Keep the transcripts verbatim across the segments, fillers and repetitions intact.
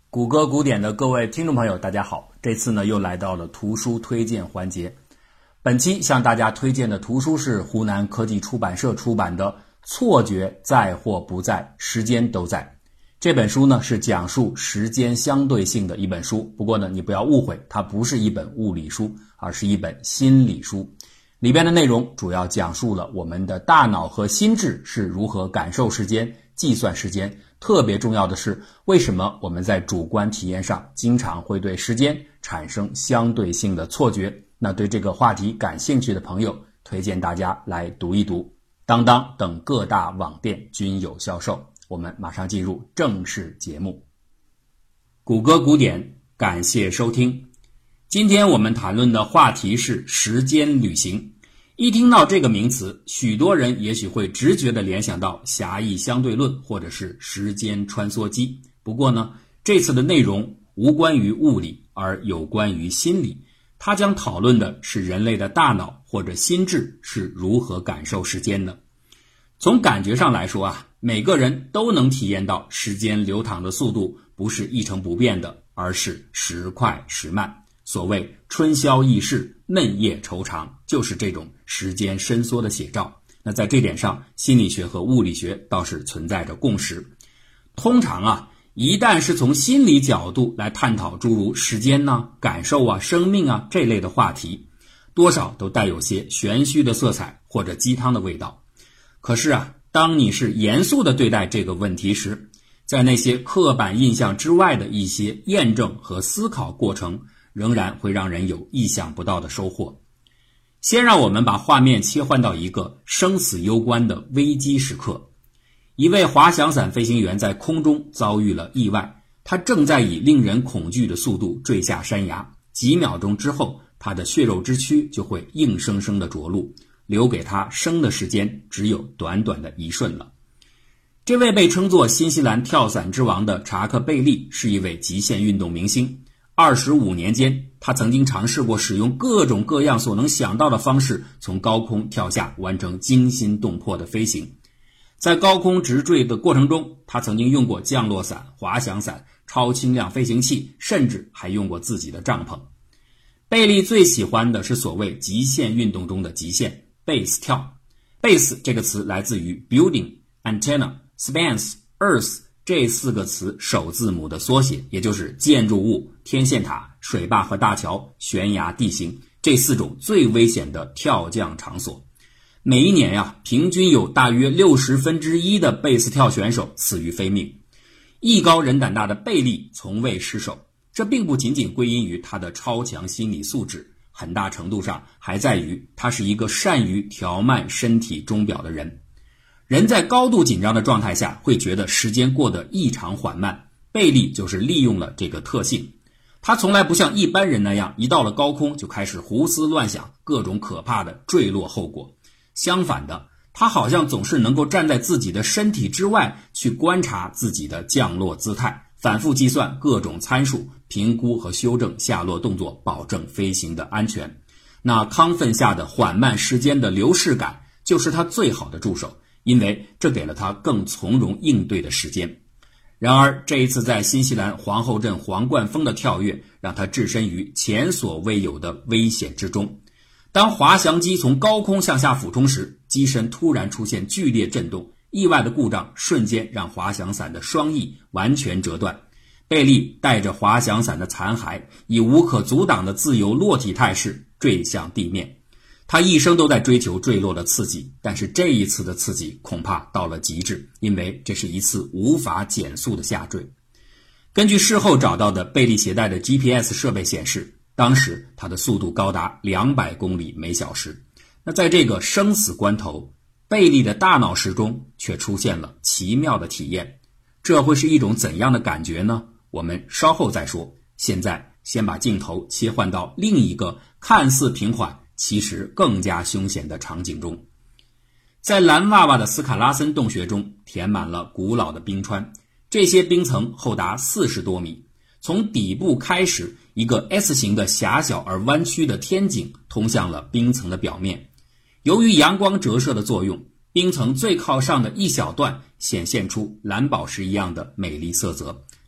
谷歌古典的各位听众朋友，大家好，这次呢又来到了图书推荐环节。本期向大家推荐的图书是湖南科技出版社出版的《错觉在或不在，时间都在》。这本书呢是讲述时间相对性的一本书，不过呢你不要误会，它不是一本物理书，而是一本心理书。里边的内容主要讲述了我们的大脑和心智是如何感受时间、计算时间，特别重要的是，为什么我们在主观体验上经常会对时间产生相对性的错觉。那对这个话题感兴趣的朋友，推荐大家来读一读，当当等各大网店均有销售。我们马上进入正式节目。谷歌古典，感谢收听。今天我们谈论的话题是时间旅行。一听到这个名词，许多人也许会直觉地联想到狭义相对论或者是时间穿梭机。不过呢，这次的内容无关于物理，而有关于心理。它将讨论的是人类的大脑或者心智是如何感受时间的。从感觉上来说啊，每个人都能体验到时间流淌的速度不是一成不变的，而是时快时慢。所谓春宵易逝，嫩叶愁长，就是这种时间伸缩的写照。那在这点上，心理学和物理学倒是存在着共识。通常啊，一旦是从心理角度来探讨诸如时间啊、感受啊、生命啊这类的话题，多少都带有些玄虚的色彩或者鸡汤的味道。可是啊，当你是严肃地对待这个问题时，在那些刻板印象之外的一些验证和思考过程，仍然会让人有意想不到的收获。先让我们把画面切换到一个生死攸关的危机时刻。一位滑翔伞飞行员在空中遭遇了意外，他正在以令人恐惧的速度坠下山崖，几秒钟之后，他的血肉之躯就会硬生生地着陆，留给他生的时间只有短短的一瞬了。这位被称作新西兰跳伞之王的查克·贝利是一位极限运动明星。二十五年间，他曾经尝试过使用各种各样所能想到的方式从高空跳下，完成惊心动魄的飞行。在高空直坠的过程中，他曾经用过降落伞、滑翔伞、超轻量飞行器，甚至还用过自己的帐篷。贝利最喜欢的是所谓极限运动中的极限 base 跳。 base 这个词来自于 building、 antenna、 spans、 earth 这四个词首字母的缩写，也就是建筑物、天线塔、水坝和大桥、悬崖地形这四种最危险的跳降场所。每一年呀，平均有大约六十分之一的贝斯跳选手死于非命。艺高人胆大的贝利从未失手，这并不仅仅归因于他的超强心理素质，很大程度上还在于他是一个善于调慢身体钟表的人。人在高度紧张的状态下会觉得时间过得异常缓慢，贝利就是利用了这个特性。他从来不像一般人那样一到了高空就开始胡思乱想各种可怕的坠落后果。相反的，他好像总是能够站在自己的身体之外去观察自己的降落姿态，反复计算各种参数，评估和修正下落动作，保证飞行的安全。那亢奋下的缓慢时间的流逝感就是他最好的助手，因为这给了他更从容应对的时间。然而这一次在新西兰皇后镇皇冠峰的跳跃让他置身于前所未有的危险之中。当滑翔机从高空向下俯冲时，机身突然出现剧烈震动，意外的故障瞬间让滑翔伞的双翼完全折断。贝利带着滑翔伞的残骸，以无可阻挡的自由落体态势坠向地面。他一生都在追求坠落的刺激，但是这一次的刺激恐怕到了极致，因为这是一次无法减速的下坠。根据事后找到的贝利携带的 G P S 设备显示，当时他的速度高达两百公里每小时。那在这个生死关头，贝利的大脑时钟却出现了奇妙的体验。这会是一种怎样的感觉呢？我们稍后再说。现在先把镜头切换到另一个看似平缓其实更加凶险的场景中。在蓝娃娃的斯卡拉森洞穴中填满了古老的冰川，这些冰层厚达四十多米，从底部开始，一个 S 型的狭小而弯曲的天井通向了冰层的表面。由于阳光折射的作用，冰层最靠上的一小段显现出蓝宝石一样的美丽色泽，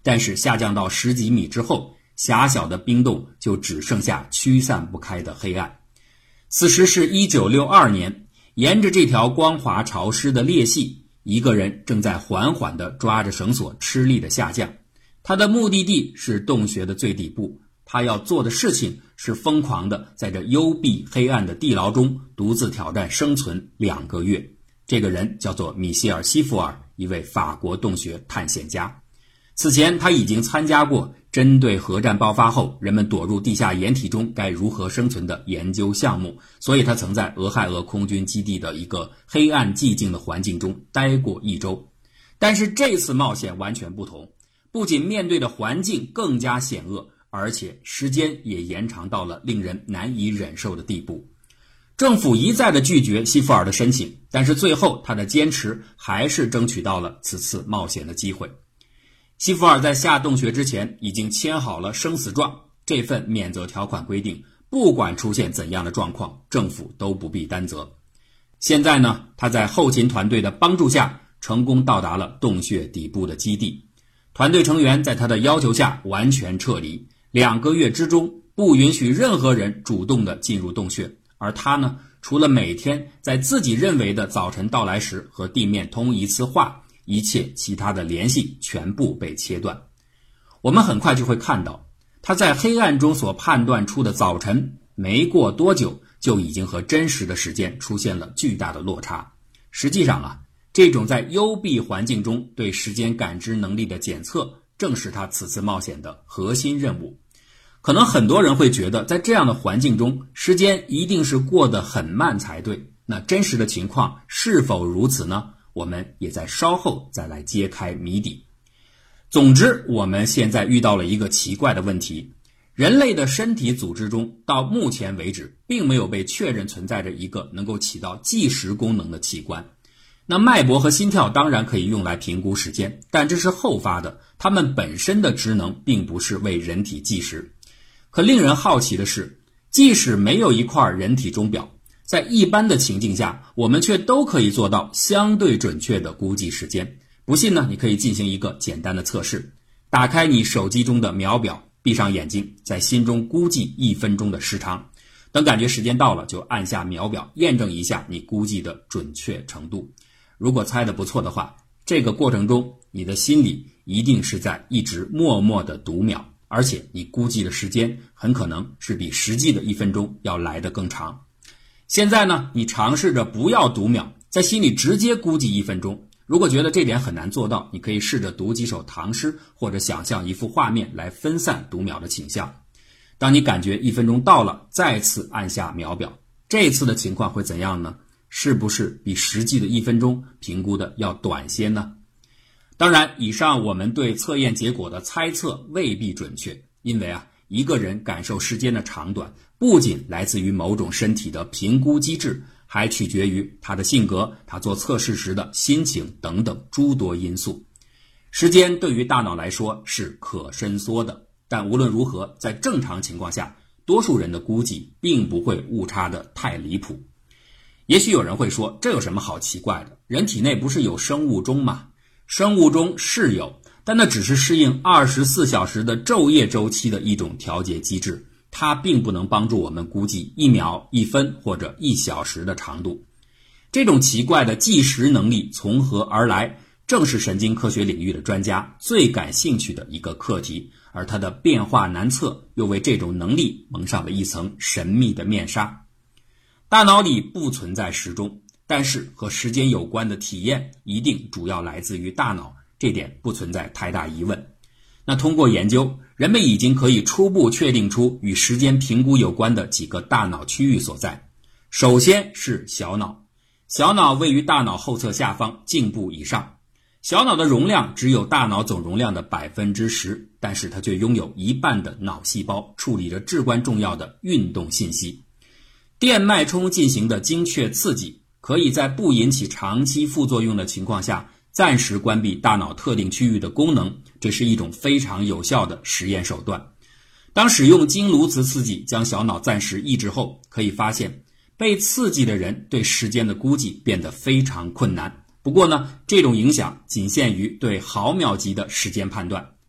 但是下降到十几米之后，狭小的冰洞就只剩下驱散不开的黑暗。此时是一九六二年，沿着这条光滑潮湿的裂隙，一个人正在缓缓地抓着绳索吃力地下降。他的目的地是洞穴的最底部，他要做的事情是疯狂地在这幽闭黑暗的地牢中独自挑战生存两个月。这个人叫做米歇尔·西弗尔，一位法国洞穴探险家。此前他已经参加过针对核战爆发后人们躲入地下掩体中该如何生存的研究项目，所以他曾在俄亥俄空军基地的一个黑暗寂静的环境中待过一周。但是这次冒险完全不同，不仅面对的环境更加险恶，而且时间也延长到了令人难以忍受的地步。政府一再的拒绝西弗尔的申请，但是最后他的坚持还是争取到了此次冒险的机会。西弗尔在下洞穴之前已经签好了生死状，这份免责条款规定，不管出现怎样的状况，政府都不必担责。现在呢，他在后勤团队的帮助下，成功到达了洞穴底部的基地。团队成员在他的要求下完全撤离，两个月之中不允许任何人主动的进入洞穴，而他呢，除了每天在自己认为的早晨到来时和地面通一次话，一切其他的联系全部被切断。我们很快就会看到，他在黑暗中所判断出的早晨，没过多久就已经和真实的时间出现了巨大的落差。实际上啊，这种在幽闭环境中对时间感知能力的检测，正是他此次冒险的核心任务。可能很多人会觉得，在这样的环境中，时间一定是过得很慢才对。那真实的情况是否如此呢？我们也在稍后再来揭开谜底。总之，我们现在遇到了一个奇怪的问题，人类的身体组织中到目前为止并没有被确认存在着一个能够起到计时功能的器官。那脉搏和心跳当然可以用来评估时间，但这是后发的，它们本身的职能并不是为人体计时。可令人好奇的是，即使没有一块人体钟表，在一般的情境下，我们却都可以做到相对准确的估计时间。不信呢，你可以进行一个简单的测试，打开你手机中的秒表，闭上眼睛，在心中估计一分钟的时长，等感觉时间到了，就按下秒表，验证一下你估计的准确程度。如果猜得不错的话，这个过程中你的心里一定是在一直默默的读秒，而且你估计的时间很可能是比实际的一分钟要来得更长。现在呢，你尝试着不要读秒，在心里直接估计一分钟。如果觉得这点很难做到，你可以试着读几首唐诗，或者想象一幅画面来分散读秒的倾向。当你感觉一分钟到了，再次按下秒表，这次的情况会怎样呢？是不是比实际的一分钟评估的要短些呢？当然，以上我们对测验结果的猜测未必准确，因为啊，一个人感受时间的长短，不仅来自于某种身体的评估机制，还取决于他的性格、他做测试时的心情等等诸多因素。时间对于大脑来说是可伸缩的，但无论如何，在正常情况下，多数人的估计并不会误差的太离谱。也许有人会说，这有什么好奇怪的？人体内不是有生物钟吗？生物钟是有，但那只是适应二十四小时的昼夜周期的一种调节机制，它并不能帮助我们估计一秒、一分或者一小时的长度。这种奇怪的计时能力从何而来，正是神经科学领域的专家最感兴趣的一个课题，而它的变化难测又为这种能力蒙上了一层神秘的面纱。大脑里不存在时钟，但是和时间有关的体验一定主要来自于大脑，这点不存在太大疑问。那通过研究，人们已经可以初步确定出与时间评估有关的几个大脑区域所在。首先是小脑，小脑位于大脑后侧下方颈部以上。小脑的容量只有大脑总容量的 百分之十， 但是它却拥有一半的脑细胞，处理着至关重要的运动信息。电脉冲进行的精确刺激，可以在不引起长期副作用的情况下，暂时关闭大脑特定区域的功能，这是一种非常有效的实验手段。当使用经颅磁刺激将小脑暂时抑制后，可以发现被刺激的人对时间的估计变得非常困难。不过呢，这种影响仅限于对毫秒级的时间判断，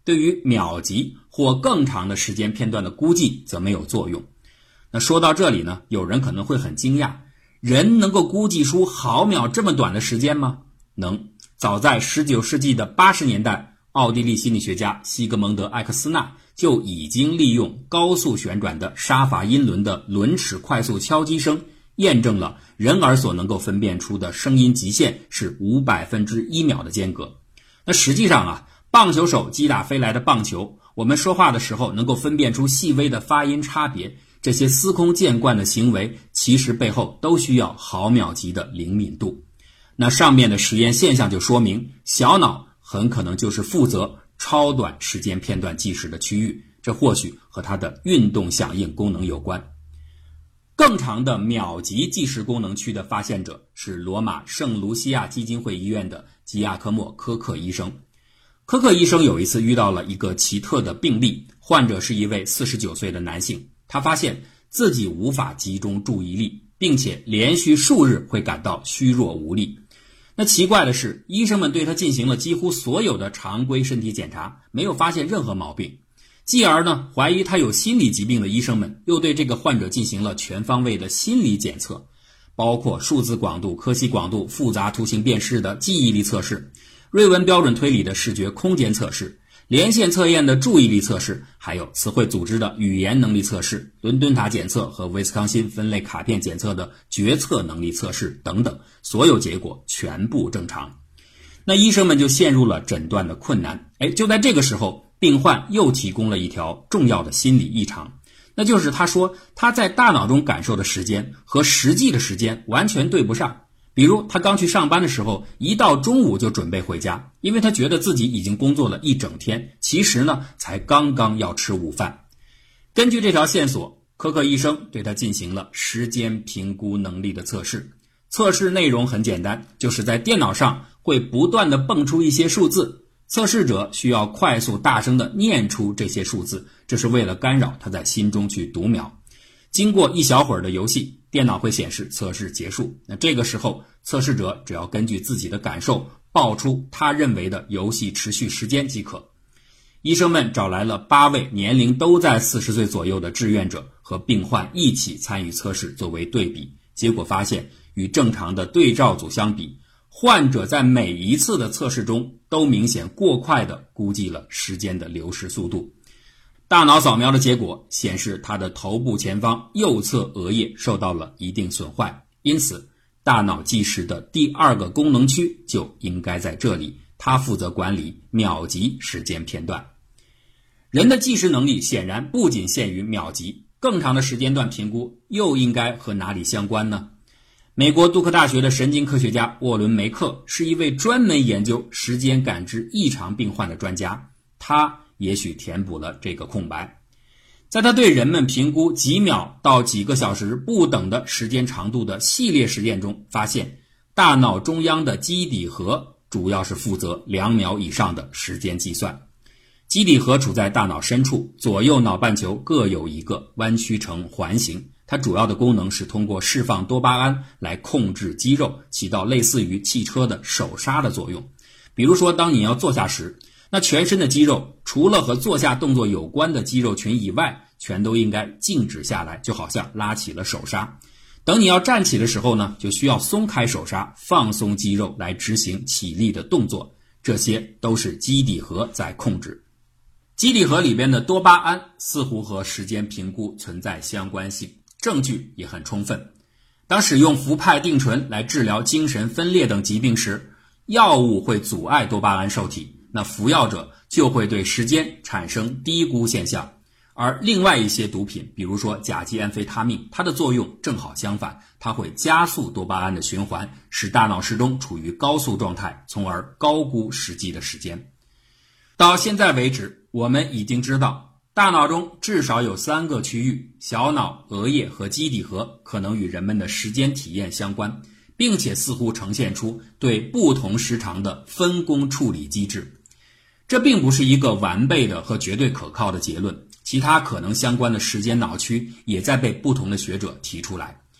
对于秒级或更长的时间片段的估计则没有作用。那说到这里呢，有人可能会很惊讶，人能够估计出毫秒这么短的时间吗？能。早在十九世纪的八十年代，奥地利心理学家西格蒙德·艾克斯纳就已经利用高速旋转的沙法音轮的轮齿快速敲击声，验证了人耳所能够分辨出的声音极限是五百分之一秒的间隔。那实际上啊，棒球手击打飞来的棒球，我们说话的时候能够分辨出细微的发音差别，这些司空见惯的行为，其实背后都需要毫秒级的灵敏度。那上面的实验现象就说明，小脑很可能就是负责超短时间片段计时的区域，这或许和它的运动响应功能有关。更长的秒级计时功能区的发现者是罗马圣卢西亚基金会医院的吉亚科莫·科克医生。科克医生有一次遇到了一个奇特的病例，患者是一位四十九岁的男性，他发现自己无法集中注意力，并且连续数日会感到虚弱无力。那奇怪的是，医生们对他进行了几乎所有的常规身体检查，没有发现任何毛病。继而呢，怀疑他有心理疾病的医生们又对这个患者进行了全方位的心理检测，包括数字广度、柯西广度、复杂图形辨识的记忆力测试、瑞文标准推理的视觉空间测试、连线测验的注意力测试，还有词汇组织的语言能力测试、伦敦塔检测和威斯康辛分类卡片检测的决策能力测试等等，所有结果全部正常。那医生们就陷入了诊断的困难。哎，就在这个时候，病患又提供了一条重要的心理异常，那就是他说他在大脑中感受的时间和实际的时间完全对不上。比如他刚去上班的时候，一到中午就准备回家，因为他觉得自己已经工作了一整天，其实呢才刚刚要吃午饭。根据这条线索，科克医生对他进行了时间评估能力的测试。测试内容很简单，就是在电脑上会不断地蹦出一些数字，测试者需要快速大声地念出这些数字，这是为了干扰他在心中去读秒。经过一小会儿的游戏，电脑会显示测试结束。那这个时候，测试者只要根据自己的感受报出他认为的游戏持续时间即可。医生们找来了八位年龄都在四十岁左右的志愿者和病患一起参与测试作为对比，结果发现与正常的对照组相比，患者在每一次的测试中都明显过快地估计了时间的流逝速度。大脑扫描的结果显示，他的头部前方右侧额叶受到了一定损坏，因此大脑计时的第二个功能区就应该在这里，它负责管理秒级时间片段。人的计时能力显然不仅限于秒级，更长的时间段评估又应该和哪里相关呢？美国杜克大学的神经科学家沃伦梅克是一位专门研究时间感知异常病患的专家，他也许填补了这个空白。在他对人们评估几秒到几个小时不等的时间长度的系列实验中，发现大脑中央的基底核主要是负责两秒以上的时间计算。基底核处在大脑深处，左右脑半球各有一个，弯曲成环形。它主要的功能是通过释放多巴胺来控制肌肉，起到类似于汽车的手刹的作用。比如说，当你要坐下时，那全身的肌肉除了和坐下动作有关的肌肉群以外，全都应该静止下来，就好像拉起了手刹。等你要站起的时候呢，就需要松开手刹，放松肌肉来执行起立的动作，这些都是基底核在控制。基底核里边的多巴胺似乎和时间评估存在相关性，证据也很充分。当使用氟派定醇来治疗精神分裂等疾病时，药物会阻碍多巴胺受体，那服药者就会对时间产生低估现象。而另外一些毒品，比如说甲基安非他命，它的作用正好相反，它会加速多巴胺的循环，使大脑始终处于高速状态，从而高估实际的时间。到现在为止，我们已经知道大脑中至少有三个区域，小脑、额叶和基底核可能与人们的时间体验相关，并且似乎呈现出对不同时长的分工处理机制。这并不是一个完备的和绝对可靠的结论，其他可能相关的时间脑区也在被不同的学者提出来。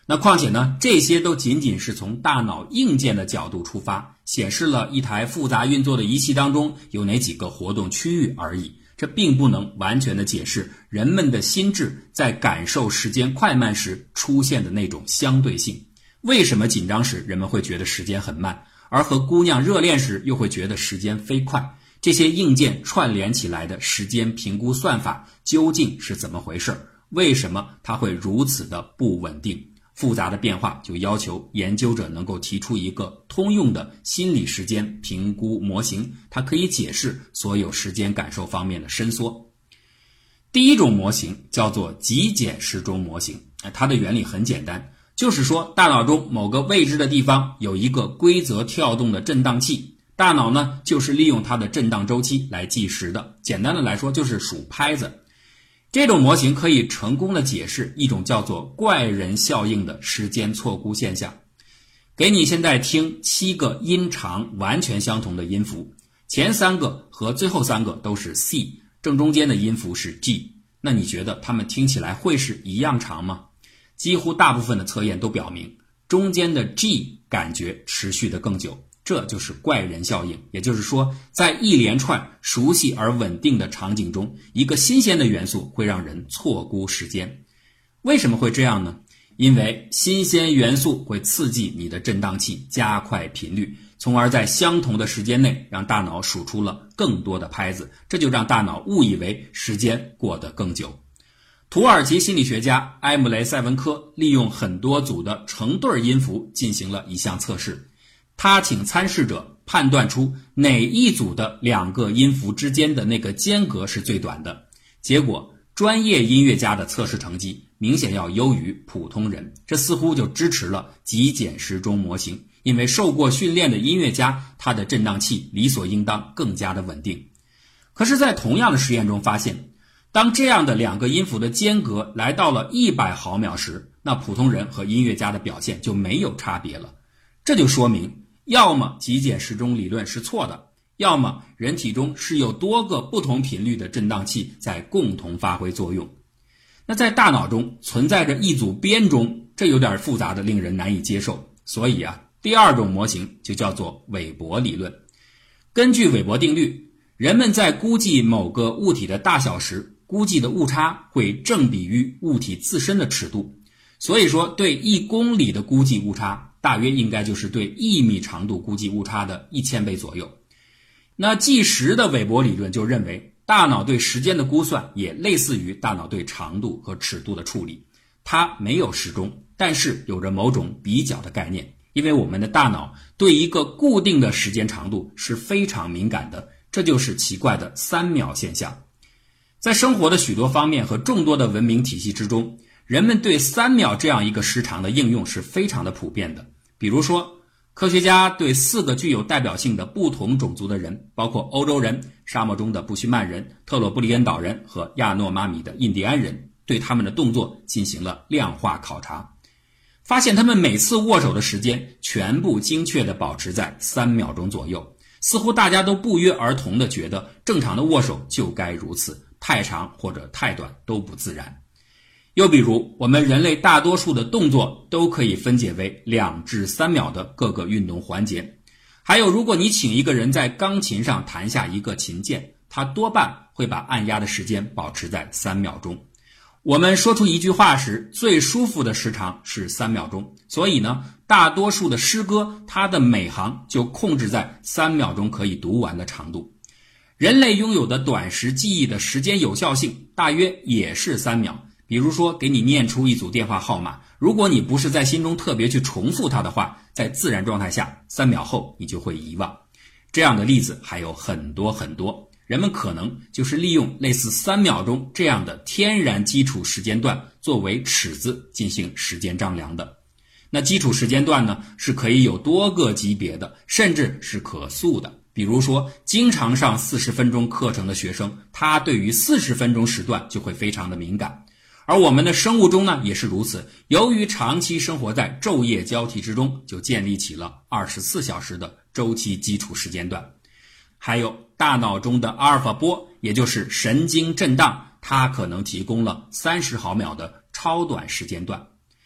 那况且呢，这些都仅仅是从大脑硬件的角度出发，显示了一台复杂运作的仪器当中有哪几个活动区域而已。这并不能完全的解释人们的心智在感受时间快慢时出现的那种相对性。为什么紧张时人们会觉得时间很慢，而和姑娘热恋时又会觉得时间飞快？这些硬件串联起来的时间评估算法究竟是怎么回事？为什么它会如此的不稳定？复杂的变化就要求研究者能够提出一个通用的心理时间评估模型，它可以解释所有时间感受方面的伸缩。第一种模型叫做极简时钟模型，它的原理很简单，就是说大脑中某个未知的地方有一个规则跳动的振荡器，大脑呢就是利用它的振荡周期来计时的，简单的来说就是数拍子。这种模型可以成功的解释一种叫做怪人效应的时间错估现象。给你现在听七个音长完全相同的音符，前三个和最后三个都是 C， 正中间的音符是 G， 那你觉得它们听起来会是一样长吗？几乎大部分的测验都表明，中间的 G 感觉持续的更久，这就是怪人效应。也就是说，在一连串熟悉而稳定的场景中，一个新鲜的元素会让人错估时间。为什么会这样呢？因为新鲜元素会刺激你的振荡器加快频率，从而在相同的时间内让大脑数出了更多的拍子，这就让大脑误以为时间过得更久。土耳其心理学家埃姆雷塞文科利用很多组的成对音符进行了一项测试，他请参试者判断出哪一组的两个音符之间的那个间隔是最短的。结果专业音乐家的测试成绩明显要优于普通人，这似乎就支持了极简时钟模型，因为受过训练的音乐家，他的振荡器理所应当更加的稳定。可是在同样的实验中发现，当这样的两个音符的间隔来到了一百毫秒时，那普通人和音乐家的表现就没有差别了。这就说明，要么极简时钟理论是错的，要么人体中是有多个不同频率的振荡器在共同发挥作用。那在大脑中存在着一组编钟，这有点复杂的令人难以接受。所以啊，第二种模型就叫做韦伯理论。根据韦伯定律，人们在估计某个物体的大小时，估计的误差会正比于物体自身的尺度。所以说，对一公里的估计误差大约应该就是对一米长度估计误差的一千倍左右。那计时的韦伯理论就认为，大脑对时间的估算也类似于大脑对长度和尺度的处理，它没有时钟，但是有着某种比较的概念，因为我们的大脑对一个固定的时间长度是非常敏感的，这就是奇怪的三秒现象。在生活的许多方面和众多的文明体系之中，人们对三秒这样一个时长的应用是非常的普遍的。比如说，科学家对四个具有代表性的不同种族的人，包括欧洲人、沙漠中的布须曼人、特罗布里恩岛人和亚诺妈米的印第安人，对他们的动作进行了量化考察，发现他们每次握手的时间全部精确地保持在三秒钟左右。似乎大家都不约而同地觉得，正常的握手就该如此，太长或者太短都不自然。又比如，我们人类大多数的动作都可以分解为两至三秒的各个运动环节。还有，如果你请一个人在钢琴上弹下一个琴键，他多半会把按压的时间保持在三秒钟。我们说出一句话时，最舒服的时长是三秒钟。所以呢，大多数的诗歌，它的每行就控制在三秒钟可以读完的长度。人类拥有的短时记忆的时间有效性大约也是三秒。比如说，给你念出一组电话号码，如果你不是在心中特别去重复它的话，在自然状态下，三秒后你就会遗忘。这样的例子还有很多很多，人们可能就是利用类似三秒钟这样的天然基础时间段作为尺子进行时间丈量的。那基础时间段呢，是可以有多个级别的，甚至是可塑的。比如说，经常上四十分钟课程的学生，他对于四十分钟时段就会非常的敏感。而我们的生物钟呢也是如此，由于长期生活在昼夜交替之中，就建立起了二十四小时的周期基础时间段。还有大脑中的阿尔法波，也就是神经震荡，它可能提供了三十毫秒的超短时间段。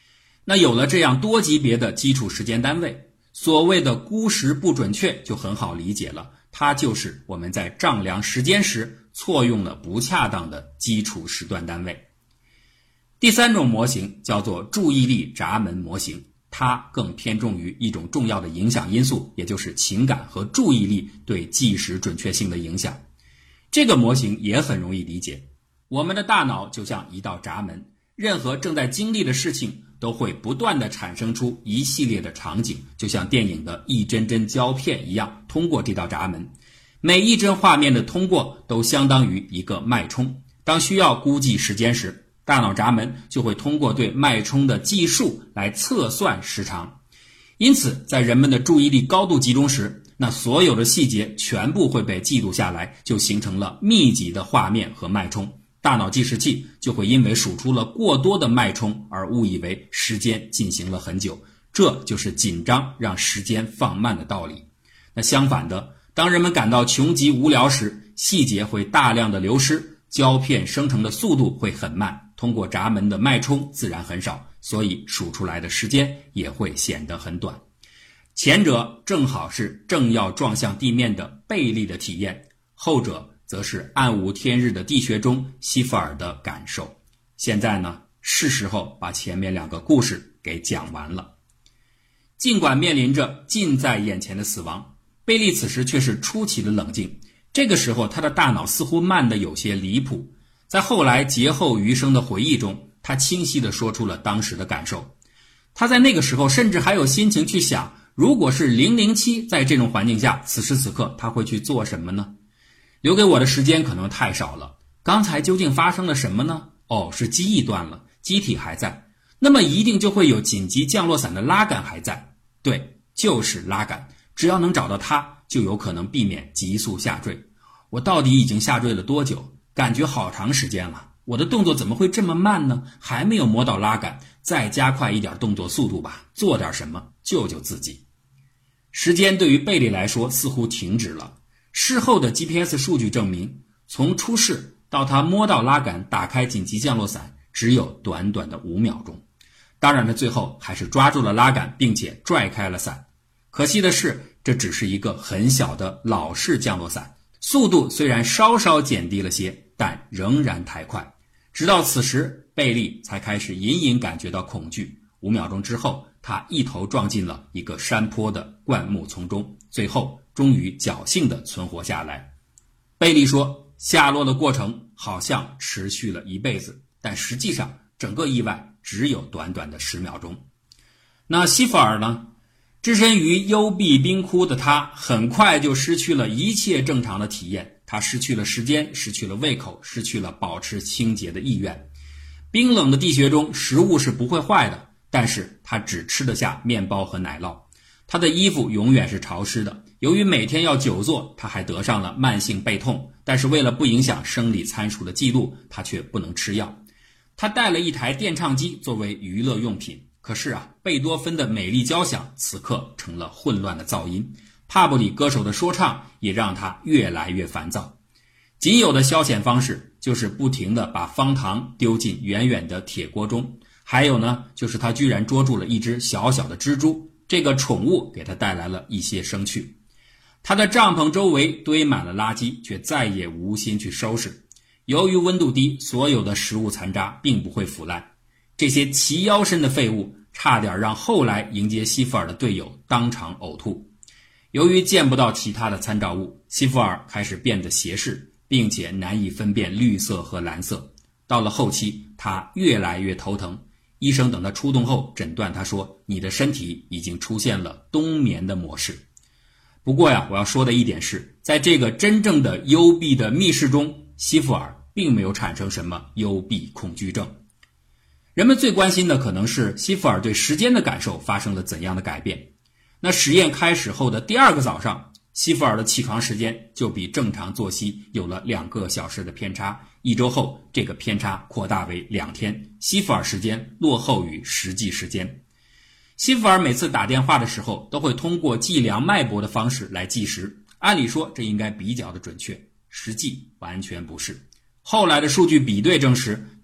那有了这样多级别的基础时间单位，所谓的估时不准确就很好理解了，它就是我们在丈量时间时错用了不恰当的基础时段单位。第三种模型叫做注意力闸门模型，它更偏重于一种重要的影响因素，也就是情感和注意力对计时准确性的影响。这个模型也很容易理解，我们的大脑就像一道闸门，任何正在经历的事情都会不断地产生出一系列的场景，就像电影的一帧帧胶片一样，通过这道闸门。每一帧画面的通过都相当于一个脉冲，当需要估计时间时，大脑闸门就会通过对脉冲的计数来测算时长。因此在人们的注意力高度集中时，那所有的细节全部会被记录下来，就形成了密集的画面和脉冲。大脑计时器就会因为数出了过多的脉冲而误以为时间进行了很久，这就是紧张让时间放慢的道理。那相反的，当人们感到穷极无聊时，细节会大量的流失，胶片生成的速度会很慢，通过闸门的脉冲自然很少，所以数出来的时间也会显得很短。前者正好是正要撞向地面的贝利的体验，后者则是暗无天日的地穴中希弗尔的感受。现在呢，是时候把前面两个故事给讲完了。尽管面临着近在眼前的死亡，贝利此时却是出奇的冷静。这个时候他的大脑似乎慢得有些离谱，在后来劫后余生的回忆中，他清晰地说出了当时的感受。他在那个时候甚至还有心情去想，如果是零零七在这种环境下，此时此刻他会去做什么呢？留给我的时间可能太少了，刚才究竟发生了什么呢？哦，是机翼断了，机体还在，那么一定就会有紧急降落伞的拉杆还在。对，就是拉杆，只要能找到它，就有可能避免急速下坠。我到底已经下坠了多久？感觉好长时间了，我的动作怎么会这么慢呢？还没有摸到拉杆，再加快一点动作速度吧，做点什么，救救自己。时间对于贝利来说似乎停止了。事后的 G P S 数据证明，从出事到他摸到拉杆打开紧急降落伞只有短短的五秒钟。当然他最后还是抓住了拉杆，并且拽开了伞。可惜的是，这只是一个很小的老式降落伞，速度虽然稍稍减低了些，但仍然太快。直到此时，贝利才开始隐隐感觉到恐惧。五秒钟之后，他一头撞进了一个山坡的灌木丛中，最后终于侥幸地存活下来。贝利说，下落的过程好像持续了一辈子，但实际上整个意外只有短短的十秒钟。那希弗尔呢？置身于幽闭冰窟的他很快就失去了一切正常的体验，他失去了时间，失去了胃口，失去了保持清洁的意愿。冰冷的地穴中食物是不会坏的，但是他只吃得下面包和奶酪。他的衣服永远是潮湿的，由于每天要久坐，他还得上了慢性背痛，但是为了不影响生理参数的记录，他却不能吃药。他带了一台电唱机作为娱乐用品，可是啊，贝多芬的美丽交响此刻成了混乱的噪音，帕布里歌手的说唱也让他越来越烦躁。仅有的消遣方式就是不停地把方糖丢进远远的铁锅中，还有呢，就是他居然捉住了一只小小的蜘蛛，这个宠物给他带来了一些生趣。他的帐篷周围堆满了垃圾，却再也无心去收拾。由于温度低，所有的食物残渣并不会腐烂，这些齐腰深的废物差点让后来迎接希弗尔的队友当场呕吐。由于见不到其他的参照物，希弗尔开始变得斜视，并且难以分辨绿色和蓝色。到了后期，他越来越头疼，医生等他出动后诊断他说，你的身体已经出现了冬眠的模式。不过呀，我要说的一点是，在这个真正的幽闭的密室中，希弗尔并没有产生什么幽闭恐惧症。人们最关心的可能是希弗尔对时间的感受发生了怎样的改变。那实验开始后的第二个早上，希弗尔的起床时间就比正常作息有了两个小时的偏差，一周后这个偏差扩大为两天，希弗尔时间落后于实际时间。希弗尔每次打电话的时候都会通过计量脉搏的方式来计时，按理说这应该比较的准确，实际完全不是。后来的数据比对证实，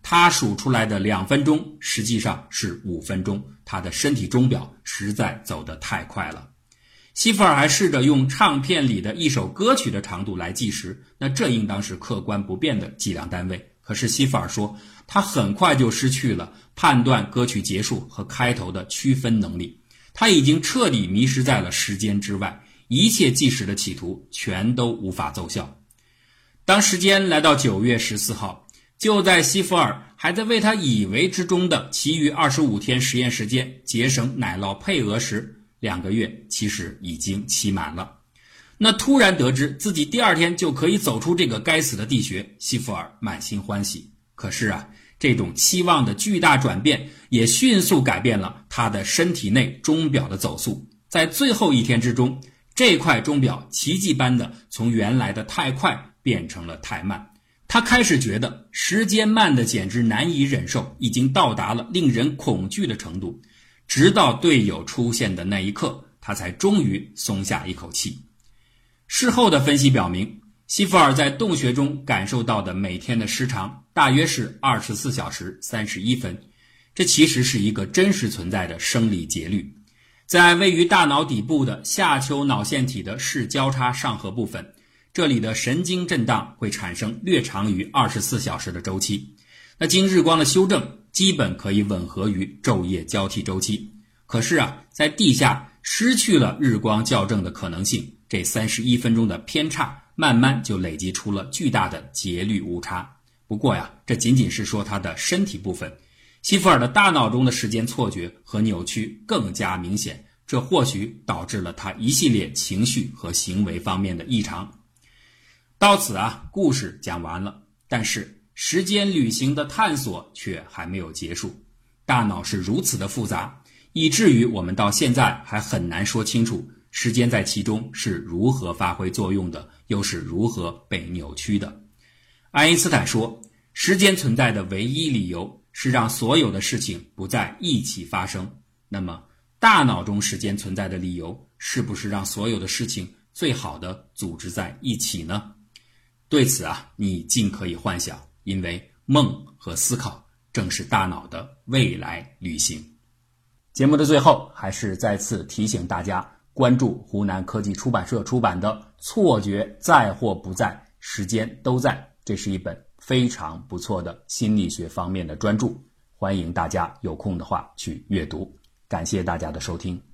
他数出来的两分钟实际上是五分钟，他的身体钟表实在走得太快了。希弗尔还试着用唱片里的一首歌曲的长度来计时，那这应当是客观不变的计量单位。可是希弗尔说，他很快就失去了判断歌曲结束和开头的区分能力，他已经彻底迷失在了时间之外，一切计时的企图全都无法奏效。当时间来到九月十四号，就在希弗尔还在为他以为之中的其余二十五天实验时间节省奶酪配额时，两个月其实已经期满了。那突然得知自己第二天就可以走出这个该死的地穴，希弗尔满心欢喜。可是啊，这种期望的巨大转变也迅速改变了他的身体内钟表的走速。在最后一天之中，这块钟表奇迹般的从原来的太快变成了太慢。他开始觉得时间慢的简直难以忍受，已经到达了令人恐惧的程度。直到队友出现的那一刻，他才终于松下一口气。事后的分析表明，希弗尔在洞穴中感受到的每天的时长大约是二十四小时三十一分，这其实是一个真实存在的生理节律。在位于大脑底部的下丘脑线体的视交叉上核部分，这里的神经震荡会产生略长于二十四小时的周期，那经日光的修正，基本可以吻合于昼夜交替周期。可是啊，在地下失去了日光校正的可能性，这三十一分钟的偏差慢慢就累积出了巨大的节律误差。不过呀，这仅仅是说他的身体部分，希弗尔的大脑中的时间错觉和扭曲更加明显，这或许导致了他一系列情绪和行为方面的异常。到此啊，故事讲完了，但是时间旅行的探索却还没有结束。大脑是如此的复杂，以至于我们到现在还很难说清楚时间在其中是如何发挥作用的，又是如何被扭曲的。爱因斯坦说，时间存在的唯一理由是让所有的事情不再一起发生。那么大脑中时间存在的理由是不是让所有的事情最好的组织在一起呢？对此啊，你尽可以幻想，因为梦和思考正是大脑的未来旅行。节目的最后，还是再次提醒大家关注湖南科技出版社出版的《错觉在或不在，时间都在》，这是一本非常不错的心理学方面的专著，欢迎大家有空的话去阅读。感谢大家的收听。